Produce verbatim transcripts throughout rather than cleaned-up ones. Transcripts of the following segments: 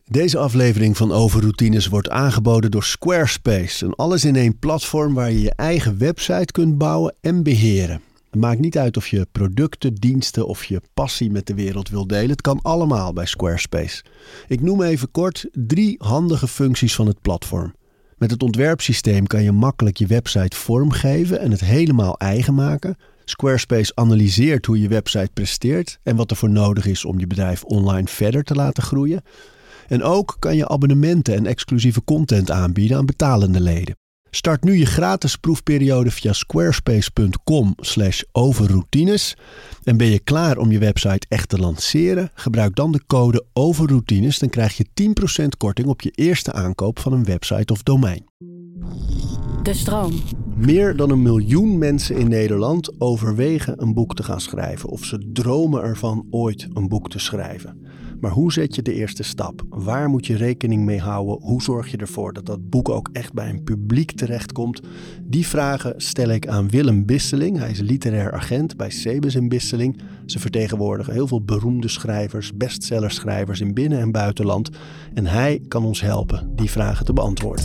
Deze aflevering van Overroutines wordt aangeboden door Squarespace. Een alles-in-één platform waar je je eigen website kunt bouwen en beheren. Het maakt niet uit of je producten, diensten of je passie met de wereld wil delen. Het kan allemaal bij Squarespace. Ik noem even kort drie handige functies van het platform. Met het ontwerpsysteem kan je makkelijk je website vormgeven en het helemaal eigen maken. Squarespace analyseert hoe je website presteert en wat er voor nodig is om je bedrijf online verder te laten groeien. En ook kan je abonnementen en exclusieve content aanbieden aan betalende leden. Start nu je gratis proefperiode via squarespace.com slash overroutines. En ben je klaar om je website echt te lanceren? Gebruik dan de code overroutines. Dan krijg je tien procent korting op je eerste aankoop van een website of domein. De stroom. Meer dan een miljoen mensen in Nederland overwegen een boek te gaan schrijven. Of ze dromen ervan ooit een boek te schrijven. Maar hoe zet je de eerste stap? Waar moet je rekening mee houden? Hoe zorg je ervoor dat dat boek ook echt bij een publiek terechtkomt? Die vragen stel ik aan Willem Bisseling. Hij is literair agent bij Sebes en Bisseling. Ze vertegenwoordigen heel veel beroemde schrijvers, bestsellerschrijvers in binnen- en buitenland. En hij kan ons helpen die vragen te beantwoorden.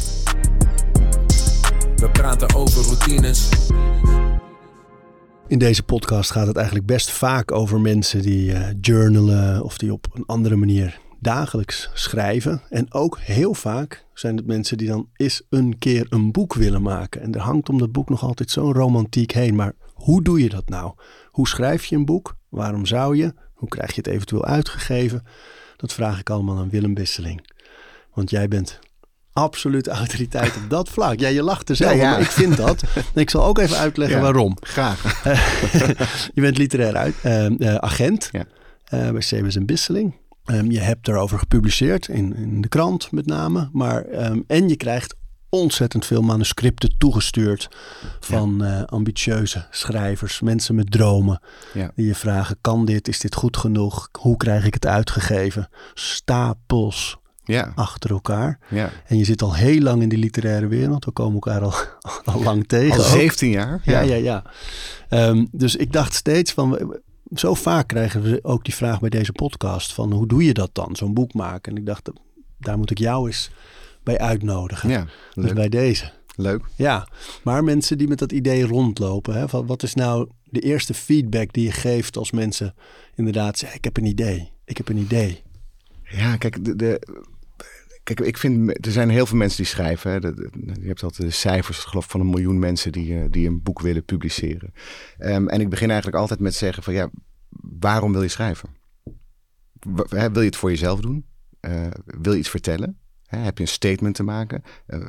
We praten over routines. In deze podcast gaat het eigenlijk best vaak over mensen die uh, journalen of die op een andere manier dagelijks schrijven. En ook heel vaak zijn het mensen die dan eens een keer een boek willen maken. En er hangt om dat boek nog altijd zo'n romantiek heen. Maar hoe doe je dat nou? Hoe schrijf je een boek? Waarom zou je? Hoe krijg je het eventueel uitgegeven? Dat vraag ik allemaal aan Willem Bisseling. Want jij bent absoluut autoriteit op dat vlak. Ja, je lacht er zelf, ja, ja. Maar ik vind dat. En ik zal ook even uitleggen ja, waarom. Graag. Je bent literair uit, uh, uh, agent ja. uh, bij Sebes en Bisseling. Um, je hebt erover gepubliceerd, in, in de krant met name. Maar, um, en je krijgt ontzettend veel manuscripten toegestuurd van ja. uh, ambitieuze schrijvers, mensen met dromen. Ja. Die je vragen, kan dit, is dit goed genoeg? Hoe krijg ik het uitgegeven? Stapels. Ja. Achter elkaar. Ja. En je zit al heel lang in die literaire wereld. We komen elkaar al, al lang tegen. Al zeventien jaar? Ja, ja, ja. ja. Um, dus ik dacht steeds van, zo vaak krijgen we ook die vraag bij deze podcast van hoe doe je dat dan, zo'n boek maken? En ik dacht, daar moet ik jou eens bij uitnodigen. Ja, leuk. Dus bij deze. Leuk. Ja, maar mensen die met dat idee rondlopen, hè, van wat is nou de eerste feedback die je geeft als mensen inderdaad zeggen, ik heb een idee, ik heb een idee. Ja, kijk, de, de, kijk, ik vind, er zijn heel veel mensen die schrijven. Hè. De, de, je hebt altijd de cijfers, ik geloof, van een miljoen mensen die, die een boek willen publiceren. Um, en ik begin eigenlijk altijd met zeggen van, ja, waarom wil je schrijven? W- hè, wil je het voor jezelf doen? Uh, wil je iets vertellen? Hè, heb je een statement te maken? Uh,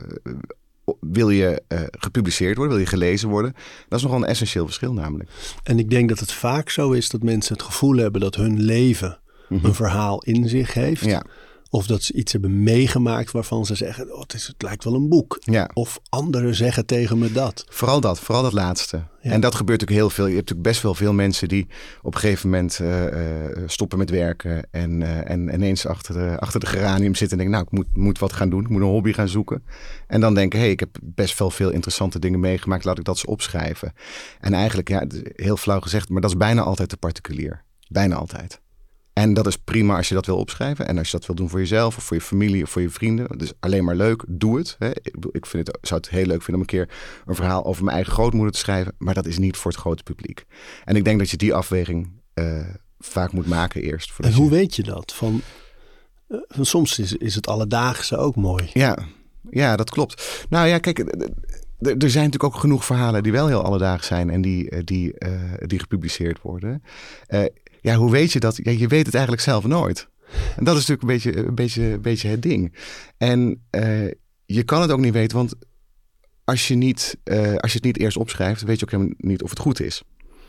wil je uh, gepubliceerd worden? Wil je gelezen worden? Dat is nogal een essentieel verschil namelijk. En ik denk dat het vaak zo is dat mensen het gevoel hebben dat hun leven Mm-hmm. een verhaal in zich heeft. Ja. Of dat ze iets hebben meegemaakt waarvan ze zeggen, oh, het, is, het lijkt wel een boek. Ja. Of anderen zeggen tegen me dat. Vooral dat, vooral dat laatste. Ja. En dat gebeurt natuurlijk heel veel. Je hebt natuurlijk best wel veel mensen die op een gegeven moment uh, uh, stoppen met werken. En, uh, en ineens achter de, achter de geranium zitten en denken, nou, ik moet, moet wat gaan doen. Ik moet een hobby gaan zoeken. En dan denken, hé, hey, ik heb best wel veel interessante dingen meegemaakt. Laat ik dat eens opschrijven. En eigenlijk, ja, heel flauw gezegd, maar dat is bijna altijd te particulier. Bijna altijd. En dat is prima als je dat wil opschrijven. En als je dat wil doen voor jezelf of voor je familie of voor je vrienden. Dus alleen maar leuk, doe het. Hè. Ik vind het, zou het heel leuk vinden om een keer een verhaal over mijn eigen grootmoeder te schrijven. Maar dat is niet voor het grote publiek. En ik denk dat je die afweging uh, vaak moet maken eerst. En hoe je... weet je dat? Van, uh, van soms is, is het alledaagse ook mooi. Ja, ja, dat klopt. Nou ja, kijk, er zijn natuurlijk ook genoeg verhalen die wel heel alledaags zijn. En die, die, uh, die gepubliceerd worden. Uh, Ja, hoe weet je dat? Ja, je weet het eigenlijk zelf nooit. En dat is natuurlijk een beetje, een beetje, een beetje het ding. En uh, je kan het ook niet weten, want als je, niet, uh, als je het niet eerst opschrijft, weet je ook helemaal niet of het goed is.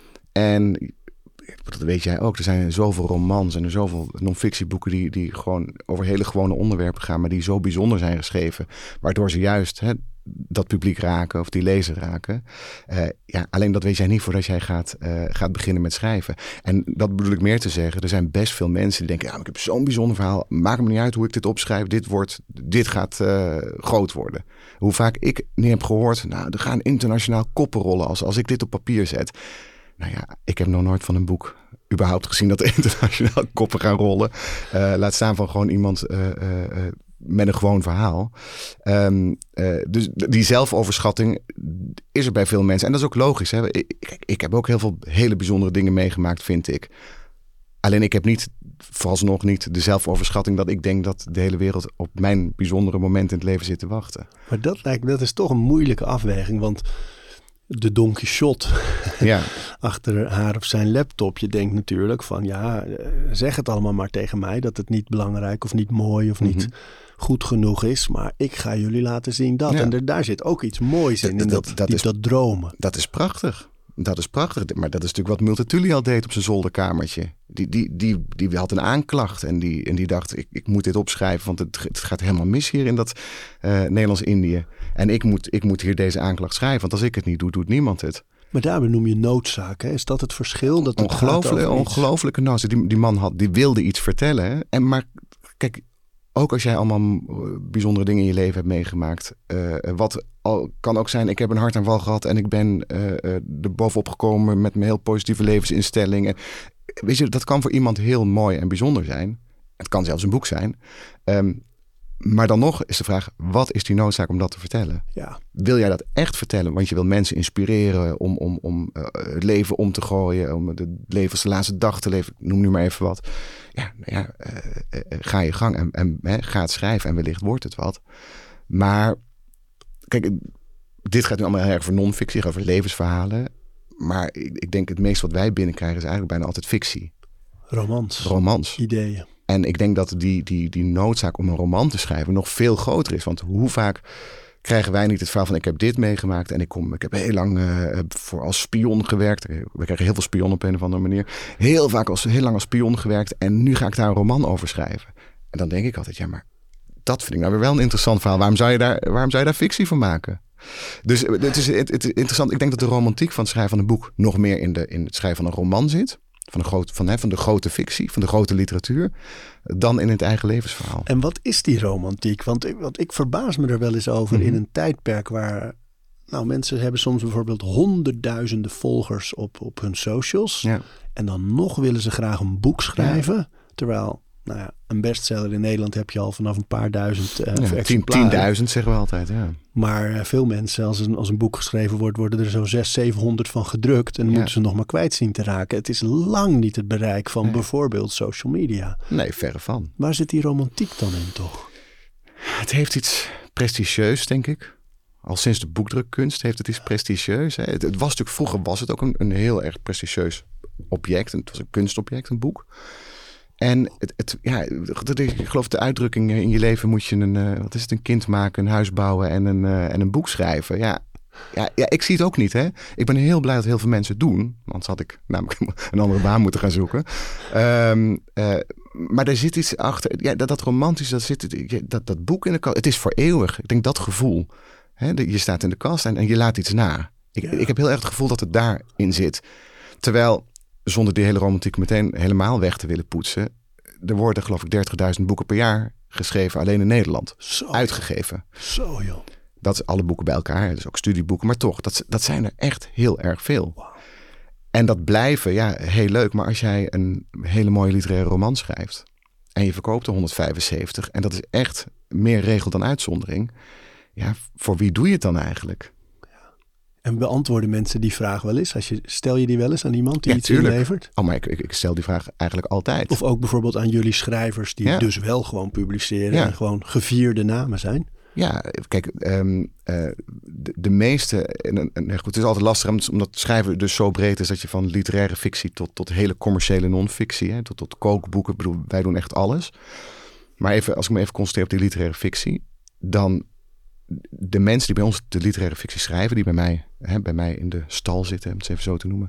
En dat weet jij ook. Er zijn zoveel romans en er zoveel non-fictieboeken die, die gewoon over hele gewone onderwerpen gaan, maar die zo bijzonder zijn geschreven, waardoor ze juist hè, dat publiek raken of die lezer raken. Uh, ja, alleen dat weet jij niet voordat jij gaat, uh, gaat beginnen met schrijven. En dat bedoel ik meer te zeggen. Er zijn best veel mensen die denken, ja, maar ik heb zo'n bijzonder verhaal. Maakt me niet uit hoe ik dit opschrijf. Dit, wordt, dit gaat uh, groot worden. Hoe vaak ik niet heb gehoord, nou, er gaan internationaal koppen rollen als, als ik dit op papier zet. Nou ja, ik heb nog nooit van een boek überhaupt gezien dat er internationaal koppen gaan rollen. Uh, laat staan van gewoon iemand uh, uh, uh, met een gewoon verhaal. Um, uh, dus die zelfoverschatting is er bij veel mensen. En dat is ook logisch. Hè? Ik, ik heb ook heel veel hele bijzondere dingen meegemaakt, vind ik. Alleen ik heb niet, vooralsnog niet, de zelfoverschatting dat ik denk dat de hele wereld op mijn bijzondere momenten in het leven zit te wachten. Maar dat lijkt me, dat is toch een moeilijke afweging, want de Don Quixote ja. achter haar of zijn laptop, je denkt natuurlijk van ja, zeg het allemaal maar tegen mij dat het niet belangrijk of niet mooi of niet mm-hmm. goed genoeg is, maar ik ga jullie laten zien dat. Ja. En er, daar zit ook iets moois in, in dat, dat, dat, die, is, dat dromen. Dat is prachtig. Dat is prachtig, maar dat is natuurlijk wat Multatuli al deed op zijn zolderkamertje. Die, die, die, die had een aanklacht en die, en die dacht, ik, ik moet dit opschrijven, want het, het gaat helemaal mis hier in dat uh, Nederlands-Indië. En ik moet, ik moet hier deze aanklacht schrijven, want als ik het niet doe, doet niemand het. Maar daarbij noem je noodzaak, hè? Is dat het verschil? Dat het Ongelooflijk, ongelooflijke noodzaak. Die, die man had, die wilde iets vertellen. En maar kijk, ook als jij allemaal bijzondere dingen in je leven hebt meegemaakt. Uh, wat al, kan ook zijn, ik heb een hartaanval gehad en ik ben uh, uh, er bovenop gekomen met mijn heel positieve levensinstelling. En, weet je, dat kan voor iemand heel mooi en bijzonder zijn. Het kan zelfs een boek zijn. Um, maar dan nog is de vraag, wat is die noodzaak om dat te vertellen? Ja. Wil jij dat echt vertellen? Want je wil mensen inspireren om, om, om uh, het leven om te gooien. Om het leven als de laatste dag te leven. Noem nu maar even wat. Ja, nou ja uh, uh, ga je gang en, en uh, ga het schrijven en wellicht wordt het wat. Maar kijk, dit gaat nu allemaal heel erg over non-fictie, over levensverhalen. Maar ik, ik denk het meest wat wij binnenkrijgen is eigenlijk bijna altijd fictie. Romans. Romans. Ideeën. En ik denk dat die, die, die noodzaak om een roman te schrijven nog veel groter is. Want hoe vaak krijgen wij niet het verhaal van ik heb dit meegemaakt en ik kom, ik heb heel lang uh, voor als spion gewerkt. We krijgen heel veel spion op een of andere manier. Heel vaak als heel lang als spion gewerkt en nu ga ik daar een roman over schrijven. En dan denk ik altijd, ja, maar dat vind ik nou weer wel een interessant verhaal. Waarom zou je daar, waarom zou je daar fictie van maken? Dus het is, het, het is interessant. Ik denk dat de romantiek van het schrijven van een boek nog meer in, de, in het schrijven van een roman zit. Van de, groot, van, hè, van de grote fictie, van de grote literatuur, dan in het eigen levensverhaal. En wat is die romantiek? Want ik, want ik verbaas me er wel eens over mm-hmm. in een tijdperk waar, nou, mensen hebben soms bijvoorbeeld honderdduizenden volgers op, op hun socials. Ja. En dan nog willen ze graag een boek schrijven. Ja. Terwijl, nou ja, een bestseller in Nederland heb je al vanaf een paar duizend uh, ja, exemplaren. tienduizend zeggen we altijd, ja. Maar uh, veel mensen, als een, als een boek geschreven wordt, worden er zo zes, zevenhonderd van gedrukt. En dan ja. moeten ze nog maar kwijt zien te raken. Het is lang niet het bereik van nee. bijvoorbeeld social media. Nee, verre van. Waar zit die romantiek dan in toch? Het heeft iets prestigieus, denk ik. Al sinds de boekdrukkunst heeft het iets prestigieus. Hè. Het, het was natuurlijk, vroeger was het ook een, een heel erg prestigieus object. Het was een kunstobject, een boek. En het, het, ja, ik geloof de uitdrukking in je leven moet je een, uh, wat is het, een kind maken, een huis bouwen en een, uh, en een boek schrijven. Ja, ja, ja, ik zie het ook niet. Hè. Ik ben heel blij dat heel veel mensen het doen. Anders had ik namelijk een andere baan moeten gaan zoeken. Um, uh, maar er zit iets achter. Ja, dat, dat romantisch, dat, zit, dat, dat boek in de kast. Het is voor eeuwig. Ik denk dat gevoel. Hè, je staat in de kast en, en je laat iets na. Ik, ja. ik heb heel erg het gevoel dat het daarin zit. Terwijl, zonder die hele romantiek meteen helemaal weg te willen poetsen. Er worden geloof ik dertigduizend boeken per jaar geschreven. Alleen in Nederland. Zo, uitgegeven. Zo joh. Dat is alle boeken bij elkaar. Dus ook studieboeken. Maar toch, dat, dat zijn er echt heel erg veel. Wow. En dat blijven, ja, heel leuk. Maar als jij een hele mooie literaire roman schrijft. En je verkoopt er honderdvijfenzeventig. En dat is echt meer regel dan uitzondering. Ja, voor wie doe je het dan eigenlijk? En beantwoorden mensen die vraag wel eens? Als je, stel je die wel eens aan iemand die ja, iets tuurlijk. inlevert? Oh, maar ik, ik, ik stel die vraag eigenlijk altijd. Of ook bijvoorbeeld aan jullie schrijvers die ja. dus wel gewoon publiceren ja. en gewoon gevierde namen zijn? Ja, kijk, um, uh, de, de meeste... En, en, goed, het is altijd lastig omdat schrijven dus zo breed is dat je van literaire fictie tot, tot hele commerciële non-fictie, hè, tot, tot kookboeken. Ik bedoel, wij doen echt alles. Maar even, als ik me even concentreer op die literaire fictie, dan de mensen die bij ons de literaire fictie schrijven, die bij mij, hè, bij mij in de stal zitten, om het even zo te noemen,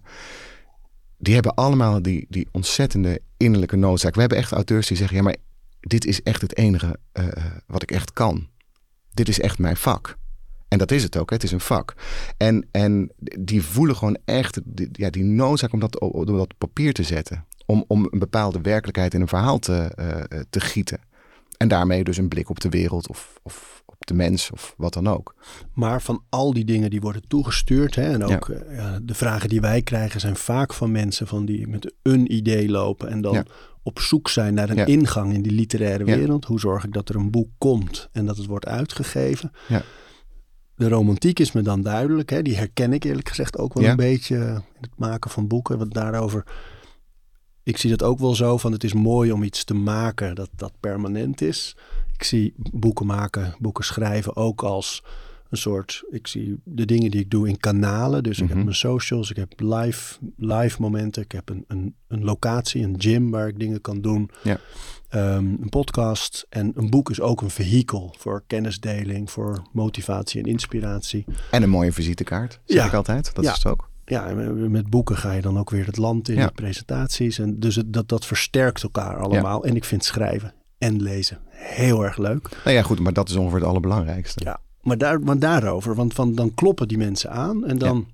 die hebben allemaal die, die ontzettende innerlijke noodzaak. We hebben echt auteurs die zeggen, ja, maar dit is echt het enige uh, wat ik echt kan. Dit is echt mijn vak. En dat is het ook, hè? Het is een vak. En, en die voelen gewoon echt die, ja, die noodzaak om dat, om dat op papier te zetten. Om, om een bepaalde werkelijkheid in een verhaal te, uh, te gieten. En daarmee dus een blik op de wereld of, of op de mens of wat dan ook. Maar van al die dingen die worden toegestuurd, hè, en ook Ja. uh, ja, de vragen die wij krijgen zijn vaak van mensen van die met een idee lopen en dan Ja. op zoek zijn naar een Ja. ingang in die literaire Ja. wereld. Hoe zorg ik dat er een boek komt en dat het wordt uitgegeven? Ja. De romantiek is me dan duidelijk. Hè? Die herken ik eerlijk gezegd ook wel Ja. een beetje in het maken van boeken. Want daarover, ik zie dat ook wel zo van het is mooi om iets te maken dat, dat permanent is. Ik zie boeken maken, boeken schrijven ook als een soort, ik zie de dingen die ik doe in kanalen. Dus ik Mm-hmm. heb mijn socials, ik heb live, live momenten. Ik heb een, een, een locatie, een gym waar ik dingen kan doen. Ja. Um, een podcast en een boek is ook een vehikel voor kennisdeling, voor motivatie en inspiratie. En een mooie visitekaart, zeg Ja. ik altijd. Dat Ja. is het ook. Ja, en met boeken ga je dan ook weer het land in, Ja. met presentaties. En dus het, dat, dat versterkt elkaar allemaal. En ik vind schrijven en lezen heel erg leuk. Nou ja, goed, maar dat is ongeveer het allerbelangrijkste. Ja, maar, daar, maar daarover, want van, dan kloppen die mensen aan en dan...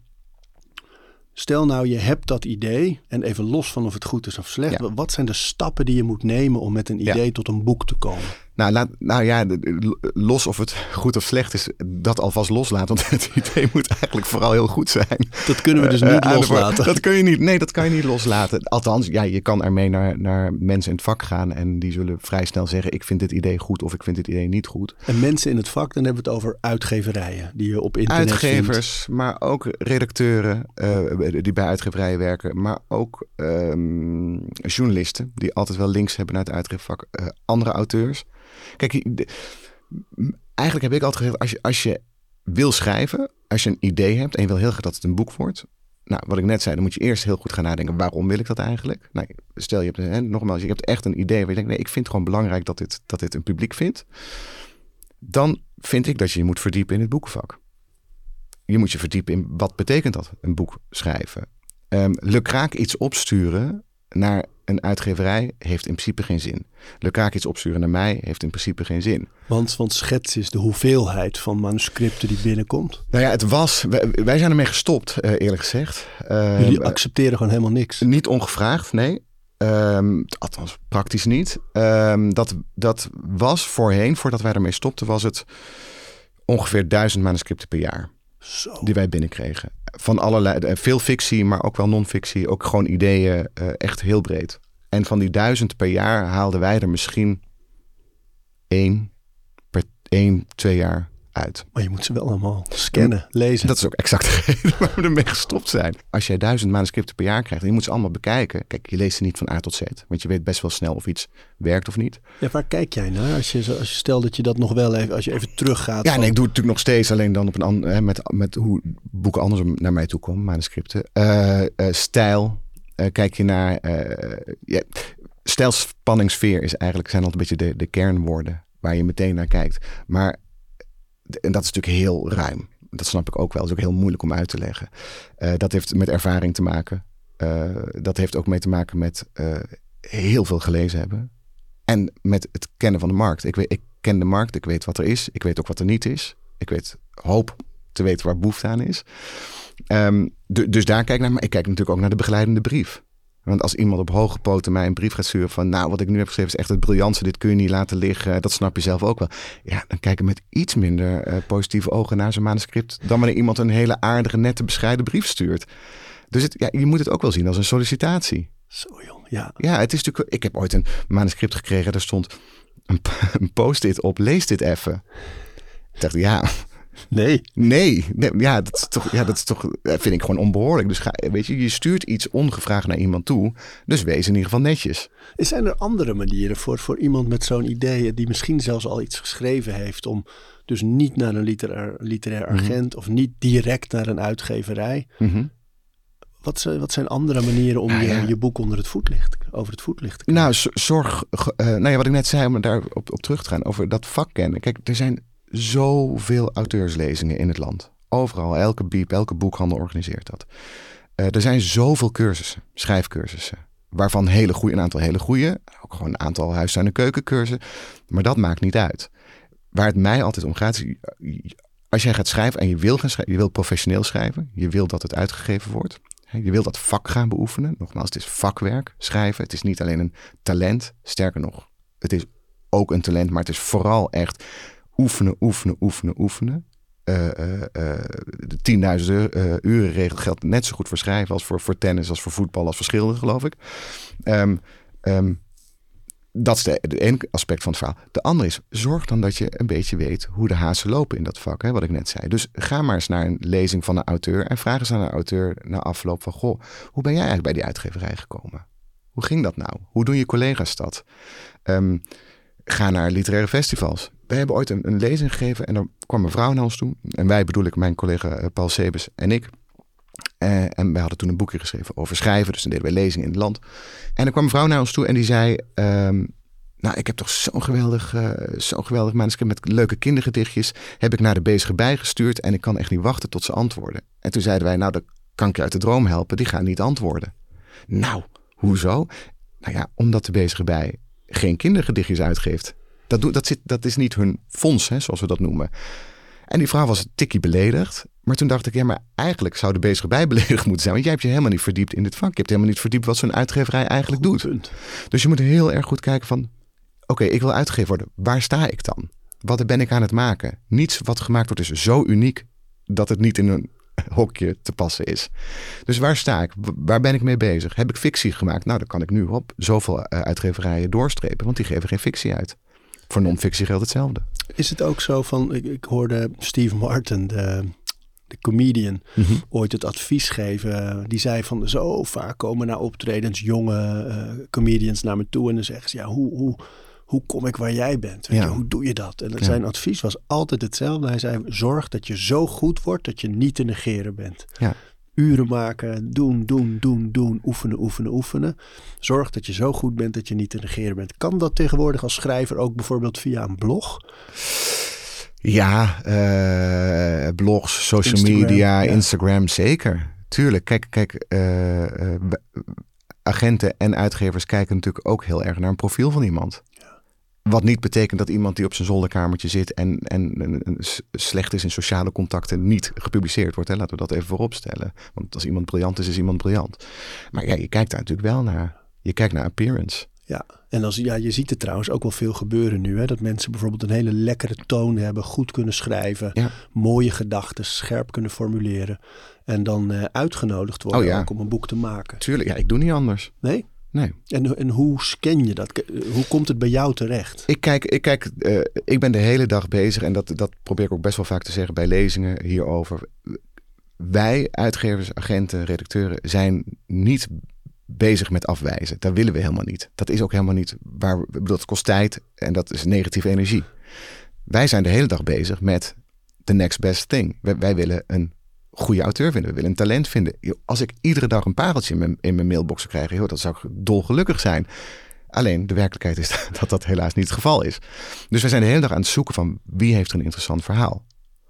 Stel nou, je hebt dat idee en even los van of het goed is of slecht. Ja. Wat zijn de stappen die je moet nemen om met een idee Ja. tot een boek te komen? Nou, laat, nou ja, de- de- los of het goed of slecht is, dat alvast loslaten. Want het idee moet eigenlijk vooral heel goed zijn. Dat kunnen we dus Eh, niet aan de- loslaten. Dat kun je niet, nee, dat kan je niet loslaten. Althans, ja, je kan ermee naar, naar mensen in het vak gaan en die zullen vrij snel zeggen, ik vind dit idee goed of ik vind dit idee niet goed. En mensen in het vak, dan hebben we het over uitgeverijen die je op internet Uitgevers, maar ook redacteuren uh, die bij uitgeverijen werken, maar ook um, journalisten die altijd wel links hebben naar het uitgevervak, uh, andere auteurs. Kijk, de, eigenlijk heb ik altijd gezegd, als je, als je wil schrijven, als je een idee hebt en je wil heel graag dat het een boek wordt. Nou, wat ik net zei, dan moet je eerst heel goed gaan nadenken, waarom wil ik dat eigenlijk? Nou, stel je hebt, hè, nogmaals, je hebt echt een idee waar je denkt, nee, ik vind het gewoon belangrijk dat dit, dat dit een publiek vindt. Dan vind ik dat je je moet verdiepen in het boekenvak. Je moet je verdiepen in wat betekent dat, een boek schrijven. Um, lukraak iets opsturen naar een uitgeverij heeft in principe geen zin. Lukraak iets opsturen naar mij heeft in principe geen zin. Want, want schets is de hoeveelheid van manuscripten die binnenkomt. Nou ja, het was... Wij, wij zijn ermee gestopt, uh, eerlijk gezegd. Uh, Jullie accepteren gewoon helemaal niks. Niet ongevraagd, nee. Um, althans, praktisch niet. Um, dat, dat was voorheen, voordat wij ermee stopten, was het ongeveer duizend manuscripten per jaar. Zo. Die wij binnenkregen. Van allerlei, veel fictie, maar ook wel non-fictie. Ook gewoon ideeën, uh, echt heel breed. En van die duizend per jaar haalden wij er misschien één per één, twee jaar uit. Maar je moet ze wel allemaal scannen, lezen. Dat is ook exact de reden waar we ermee gestopt zijn. Als jij duizend manuscripten per jaar krijgt en je moet ze allemaal bekijken. Kijk, je leest ze niet van A tot Z. Want je weet best wel snel of iets werkt of niet. Ja, waar kijk jij naar? Als je, als je stel dat je dat nog wel even, als je even teruggaat. Ja, van... nee, ik doe het natuurlijk nog steeds. Alleen dan op een an- hè, met, met hoe boeken anders naar mij toe komen, manuscripten. Uh, uh, stijl. Uh, kijk je naar... Uh, ja, stijl, spanning, sfeer is eigenlijk, zijn altijd een beetje de, de kernwoorden waar je meteen naar kijkt. Maar en dat is natuurlijk heel ruim. Dat snap ik ook wel. Dat is ook heel moeilijk om uit te leggen. Uh, dat heeft met ervaring te maken. Uh, dat heeft ook mee te maken met uh, heel veel gelezen hebben. En met het kennen van de markt. Ik, weet, ik ken de markt. Ik weet wat er is. Ik weet ook wat er niet is. Ik weet, hoop te weten waar behoefte aan is. Um, d- dus daar kijk ik naar. Maar ik kijk natuurlijk ook naar de begeleidende brief. Want als iemand op hoge poten mij een brief gaat sturen van... nou, wat ik nu heb geschreven is echt het briljantste. Dit kun je niet laten liggen. Dat snap je zelf ook wel. Ja, dan kijk ik met iets minder uh, positieve ogen naar zijn manuscript... dan wanneer iemand een hele aardige, nette, bescheiden brief stuurt. Dus het, ja, je moet het ook wel zien als een sollicitatie. Zo joh, ja. Ja, het is natuurlijk... Ik heb ooit een manuscript gekregen. Daar stond een, een post-it op. Lees dit even. Ik dacht, ja... Nee. Nee, nee ja, dat is toch, ja, dat is toch, vind ik gewoon onbehoorlijk. Dus ga, weet je, je stuurt iets ongevraagd naar iemand toe. Dus wees in ieder geval netjes. Zijn er andere manieren voor, voor iemand met zo'n idee, die misschien zelfs al iets geschreven heeft, om dus niet naar een literair, literair agent mm-hmm. of niet direct naar een uitgeverij? Mm-hmm. Wat, wat zijn andere manieren om nou, je, ja. je boek onder het voetlicht, over het voetlicht te krijgen? Nou, zorg, uh, nou ja, wat ik net zei, om daar op, op terug te gaan, over dat vak kennen. Kijk, er zijn zoveel auteurslezingen in het land. Overal, elke bieb, elke boekhandel organiseert dat. Uh, er zijn zoveel cursussen, schrijfcursussen. Waarvan hele goede, een aantal hele goede. Ook gewoon een aantal huistuin- en keukencursussen. Maar dat maakt niet uit. Waar het mij altijd om gaat, is, als jij gaat schrijven en je wil gaan schrijven, je wil professioneel schrijven. Je wil dat het uitgegeven wordt. Je wil dat vak gaan beoefenen. Nogmaals, het is vakwerk, schrijven. Het is niet alleen een talent. Sterker nog, het is ook een talent, maar het is vooral echt oefenen, oefenen, oefenen, oefenen. Uh, uh, uh, de tienduizend uh, uren regel geldt net zo goed voor schrijven als voor, voor tennis, als voor voetbal, als voor schilderen, geloof ik. Um, um, dat is de, de ene aspect van het verhaal. De andere is, zorg dan dat je een beetje weet hoe de hazen lopen in dat vak, hè, wat ik net zei. Dus ga maar eens naar een lezing van een auteur en vraag eens aan een auteur na afloop van, goh, hoe ben jij eigenlijk bij die uitgeverij gekomen? Hoe ging dat nou? Hoe doen je collega's dat? Um, ga naar literaire festivals. Wij hebben ooit een, een lezing gegeven en dan kwam een vrouw naar ons toe. En wij bedoel ik mijn collega Paul Sebes en ik. Uh, en wij hadden toen een boekje geschreven over schrijven. Dus dan deden wij lezingen in het land. En er kwam een vrouw naar ons toe en die zei... Um, nou, ik heb toch zo'n geweldig, uh, zo'n geweldig manuscript met leuke kindergedichtjes. Heb ik naar de bezige bij gestuurd en ik kan echt niet wachten tot ze antwoorden. En toen zeiden wij, nou, dat kan ik je uit de droom helpen. Die gaan niet antwoorden. Nou, hoezo? Nou ja, omdat de bezige bij geen kindergedichtjes uitgeeft. Dat, doet, dat, zit, dat is niet hun fonds, hè, zoals we dat noemen. En die vrouw was een tikkie beledigd. Maar toen dacht ik, ja, maar eigenlijk zou de bezige bij beledigd moeten zijn. Want jij hebt je helemaal niet verdiept in dit vak. Je hebt helemaal niet verdiept wat zo'n uitgeverij eigenlijk goed doet. Punt. Dus je moet heel erg goed kijken van... Oké, okay, ik wil uitgegeven worden. Waar sta ik dan? Wat ben ik aan het maken? Niets wat gemaakt wordt is zo uniek dat het niet in een hokje te passen is. Dus waar sta ik? Waar ben ik mee bezig? Heb ik fictie gemaakt? Nou, dan kan ik nu op zoveel uitgeverijen doorstrepen. Want die geven geen fictie uit. Voor non-fictie geldt hetzelfde. Is het ook zo van... Ik, ik hoorde Steve Martin, de, de comedian, mm-hmm. ooit het advies geven. Die zei van zo vaak komen naar optredens jonge uh, comedians naar me toe. En dan zeggen ze, ja, hoe... hoe Hoe kom ik waar jij bent? Weet ja. je, hoe doe je dat? En ja. zijn advies was altijd hetzelfde. Hij zei, zorg dat je zo goed wordt dat je niet te negeren bent. Ja. Uren maken, doen, doen, doen, doen, oefenen, oefenen, oefenen. Zorg dat je zo goed bent dat je niet te negeren bent. Kan dat tegenwoordig als schrijver ook bijvoorbeeld via een blog? Ja, uh, blogs, social Instagram, media, ja. Instagram, zeker. Tuurlijk, kijk, kijk uh, uh, agenten en uitgevers kijken natuurlijk ook heel erg naar een profiel van iemand. Wat niet betekent dat iemand die op zijn zolderkamertje zit en, en, en slecht is in sociale contacten niet gepubliceerd wordt. Hè? Laten we dat even voorop stellen. Want als iemand briljant is, is iemand briljant. Maar ja, je kijkt daar natuurlijk wel naar. Je kijkt naar appearance. Ja, en als, ja, je ziet er trouwens ook wel veel gebeuren nu. Hè? Dat mensen bijvoorbeeld een hele lekkere toon hebben, goed kunnen schrijven, ja. mooie gedachten, scherp kunnen formuleren. En dan uh, uitgenodigd worden oh, ja. ook om een boek te maken. Tuurlijk, ja, ik doe niet anders. Nee? Nee. En, en hoe scan je dat? Hoe komt het bij jou terecht? Ik kijk, ik, kijk uh, ik ben de hele dag bezig en dat, dat probeer ik ook best wel vaak te zeggen bij lezingen hierover. Wij, uitgevers, agenten, redacteuren, zijn niet bezig met afwijzen. Dat willen we helemaal niet. Dat is ook helemaal niet waar we, bedoel, dat kost tijd en dat is negatieve energie. Wij zijn de hele dag bezig met the next best thing. Wij, wij willen een goede auteur vinden. We willen een talent vinden. Als ik iedere dag een pareltje in mijn, in mijn mailbox zou krijgen, joh, dat zou ik dolgelukkig zijn. Alleen de werkelijkheid is dat dat helaas niet het geval is. Dus we zijn de hele dag aan het zoeken van wie heeft er een interessant verhaal.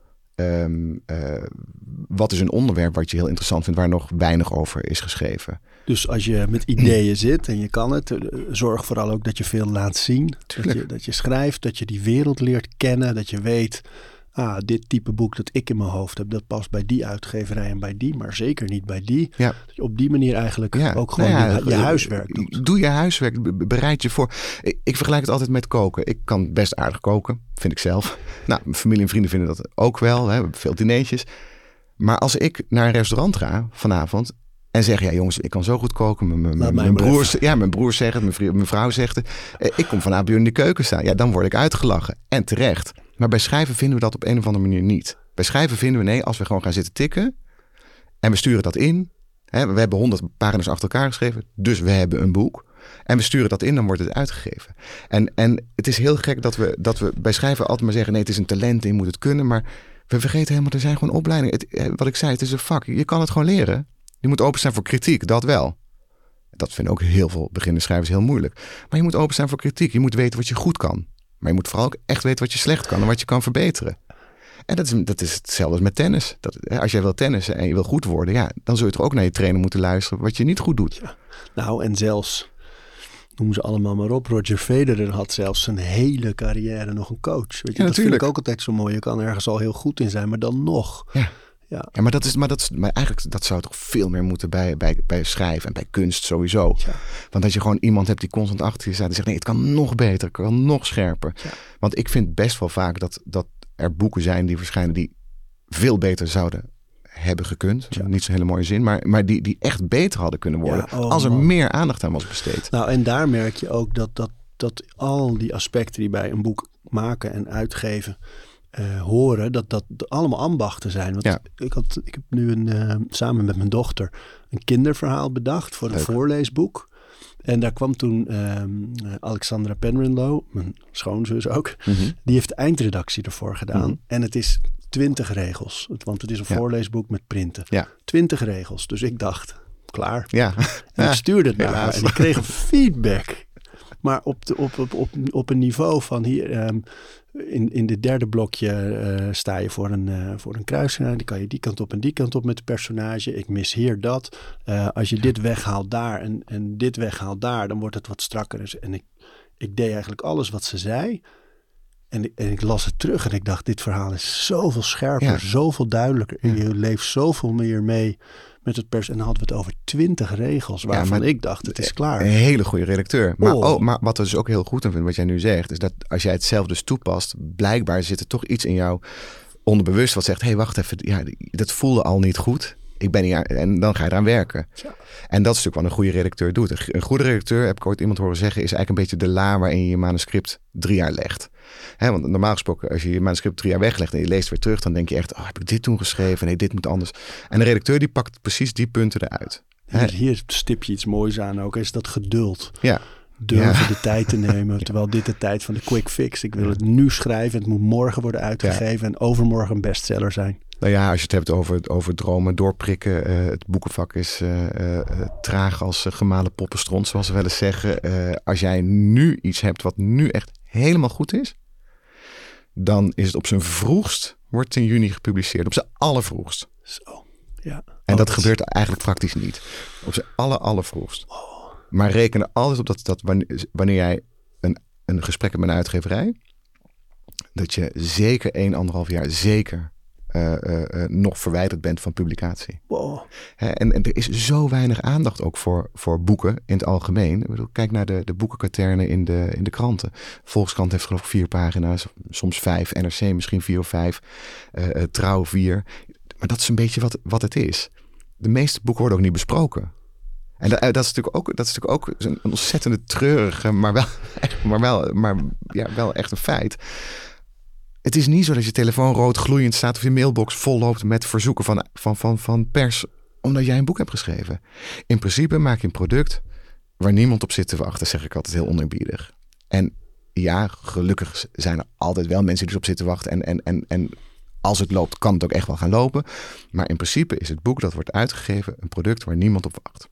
Um, uh, wat is een onderwerp wat je heel interessant vindt, waar nog weinig over is geschreven. Dus als je met ideeën zit en je kan het, zorg vooral ook dat je veel laat zien. Dat je, dat je schrijft, dat je die wereld leert kennen, dat je weet, ah, dit type boek dat ik in mijn hoofd heb, dat past bij die uitgeverij en bij die, maar zeker niet bij die. Ja. Dat je op die manier eigenlijk ja. ook gewoon nou ja, je, je huiswerk doet. Doe je huiswerk, bereid je voor. Ik, ik vergelijk het altijd met koken. Ik kan best aardig koken, vind ik zelf. Nou, mijn familie en vrienden vinden dat ook wel. Hè. We hebben veel dineetjes. Maar als ik naar een restaurant ga vanavond en zeg, ja jongens, ik kan zo goed koken. Mijn, mijn, mijn, mijn, broers, ja, mijn broer zegt het, mijn, vriend, mijn vrouw zegt het. Ik kom vanavond bij jullie in de keuken staan. Ja, dan word ik uitgelachen. En terecht. Maar bij schrijven vinden we dat op een of andere manier niet. Bij schrijven vinden we, nee, als we gewoon gaan zitten tikken en we sturen dat in. Hè, we hebben honderd pagina's achter elkaar geschreven, dus we hebben een boek. En we sturen dat in, dan wordt het uitgegeven. En, en het is heel gek dat we, dat we bij schrijven altijd maar zeggen, nee, het is een talent en je moet het kunnen. Maar we vergeten helemaal, er zijn gewoon opleidingen. Het, wat ik zei, het is een vak. Je kan het gewoon leren. Je moet openstaan voor kritiek, dat wel. Dat vinden ook heel veel beginnende schrijvers heel moeilijk. Maar je moet openstaan voor kritiek. Je moet weten wat je goed kan. Maar je moet vooral ook echt weten wat je slecht kan en wat je kan verbeteren. En dat is, dat is hetzelfde als met tennis. Dat, als jij wil tennissen en je wil goed worden, ja, dan zul je toch ook naar je trainer moeten luisteren wat je niet goed doet. Ja. Nou, en zelfs, noem ze allemaal maar op, Roger Federer had zelfs zijn hele carrière nog een coach. Weet je, ja, dat vind ik ook altijd zo mooi. Je kan ergens al heel goed in zijn, maar dan nog. Ja. Ja. Ja, maar dat is, maar dat is, maar eigenlijk dat zou toch veel meer moeten bij, bij, bij schrijven en bij kunst sowieso. Ja. Want als je gewoon iemand hebt die constant achter je staat en zegt, nee, het kan nog beter, het kan nog scherper. Ja. Want ik vind best wel vaak dat, dat er boeken zijn die verschijnen die veel beter zouden hebben gekund. Ja. Niet zo'n hele mooie zin, maar, maar die, die echt beter hadden kunnen worden. Ja, oh, als er man. meer aandacht aan was besteed. Nou, en daar merk je ook dat, dat, dat al die aspecten die bij een boek maken en uitgeven uh, horen, dat dat allemaal ambachten zijn. Want Ja. ik, had, ik heb nu een, uh, samen met mijn dochter een kinderverhaal bedacht voor een Leuk. voorleesboek. En daar kwam toen um, Alexandra Penrinlow, mijn schoonzus ook, Mm-hmm. die heeft de eindredactie ervoor gedaan. Mm-hmm. En het is twintig regels, want het is een Ja. voorleesboek met printen. Ja. twintig regels. Dus ik dacht, klaar. Ja. En ik stuurde het naar Ja, haar en ik kreeg een feedback. Maar op, de, op, op, op, op een niveau van hier, um, in, in dit derde blokje uh, sta je voor een, uh, voor een kruising. Die kan je die kant op en die kant op met het personage. Ik mis hier dat. Uh, als je dit weghaalt daar en, en dit weghaalt daar, dan wordt het wat strakker. En ik, ik deed eigenlijk alles wat ze zei. En ik, en ik las het terug en ik dacht, dit verhaal is zoveel scherper, Ja. zoveel duidelijker. Ja. Je leeft zoveel meer mee met het pers. En dan hadden we het over twintig regels, waarvan maar ik dacht, het is klaar. Een hele goede redacteur. Maar, Oh. oh, maar wat er dus ook heel goed aan vind, wat jij nu zegt, is dat als jij het zelf dus toepast, blijkbaar zit er toch iets in jou onderbewust wat zegt, hé, hey, wacht even, ja, dat voelde al niet goed. Ik ben hier, en dan ga je eraan werken. Ja. En dat is natuurlijk wat een goede redacteur doet. Een goede redacteur, heb ik ooit iemand horen zeggen, is eigenlijk een beetje de la waarin je je manuscript drie jaar legt. Hè, want normaal gesproken, als je je manuscript drie jaar weglegt en je leest weer terug, dan denk je echt, oh, heb ik dit toen geschreven? Nee, dit moet anders. En de redacteur die pakt precies die punten eruit. Hier, hier stip je iets moois aan ook, is dat geduld. Ja. Durven Ja. de tijd te nemen, terwijl dit de tijd van de quick fix. Ik wil het nu schrijven, het moet morgen worden uitgegeven en overmorgen een bestseller zijn. Nou ja, als je het hebt over, over dromen, doorprikken. Uh, het boekenvak is uh, uh, traag als uh, gemalen poppenstront, zoals ze wel eens zeggen. Uh, als jij nu iets hebt wat nu echt helemaal goed is, dan is het op zijn vroegst, wordt in juni gepubliceerd. Op zijn allervroegst. Zo, ja. En oh, dat dat gebeurt is... eigenlijk praktisch niet. Op zijn aller, allervroegst. Oh. Maar reken er altijd op dat, dat wanneer, wanneer jij een, een gesprek hebt met een uitgeverij, dat je zeker één, anderhalf jaar zeker uh, uh, uh, nog verwijderd bent van publicatie. Wow. Hè, en, en er is zo weinig aandacht ook voor, voor boeken in het algemeen. Ik bedoel, kijk naar de, de boekenkaternen in de, in de kranten. Volkskrant heeft geloof ik vier pagina's, soms vijf. N R C misschien vier of vijf. Uh, uh, Trouw vier. Maar dat is een beetje wat, wat het is. De meeste boeken worden ook niet besproken. En dat, dat is natuurlijk ook, dat is natuurlijk ook een ontzettende treurige, maar wel, maar wel, maar ja, wel echt een feit. Het is niet zo dat je telefoon rood gloeiend staat of je mailbox vol loopt met verzoeken van, van, van, van pers omdat jij een boek hebt geschreven. In principe maak je een product waar niemand op zit te wachten, zeg ik altijd heel oneerbiedig. En ja, gelukkig zijn er altijd wel mensen die erop zitten wachten. En, en, en, en als het loopt, kan het ook echt wel gaan lopen. Maar in principe is het boek dat wordt uitgegeven een product waar niemand op wacht.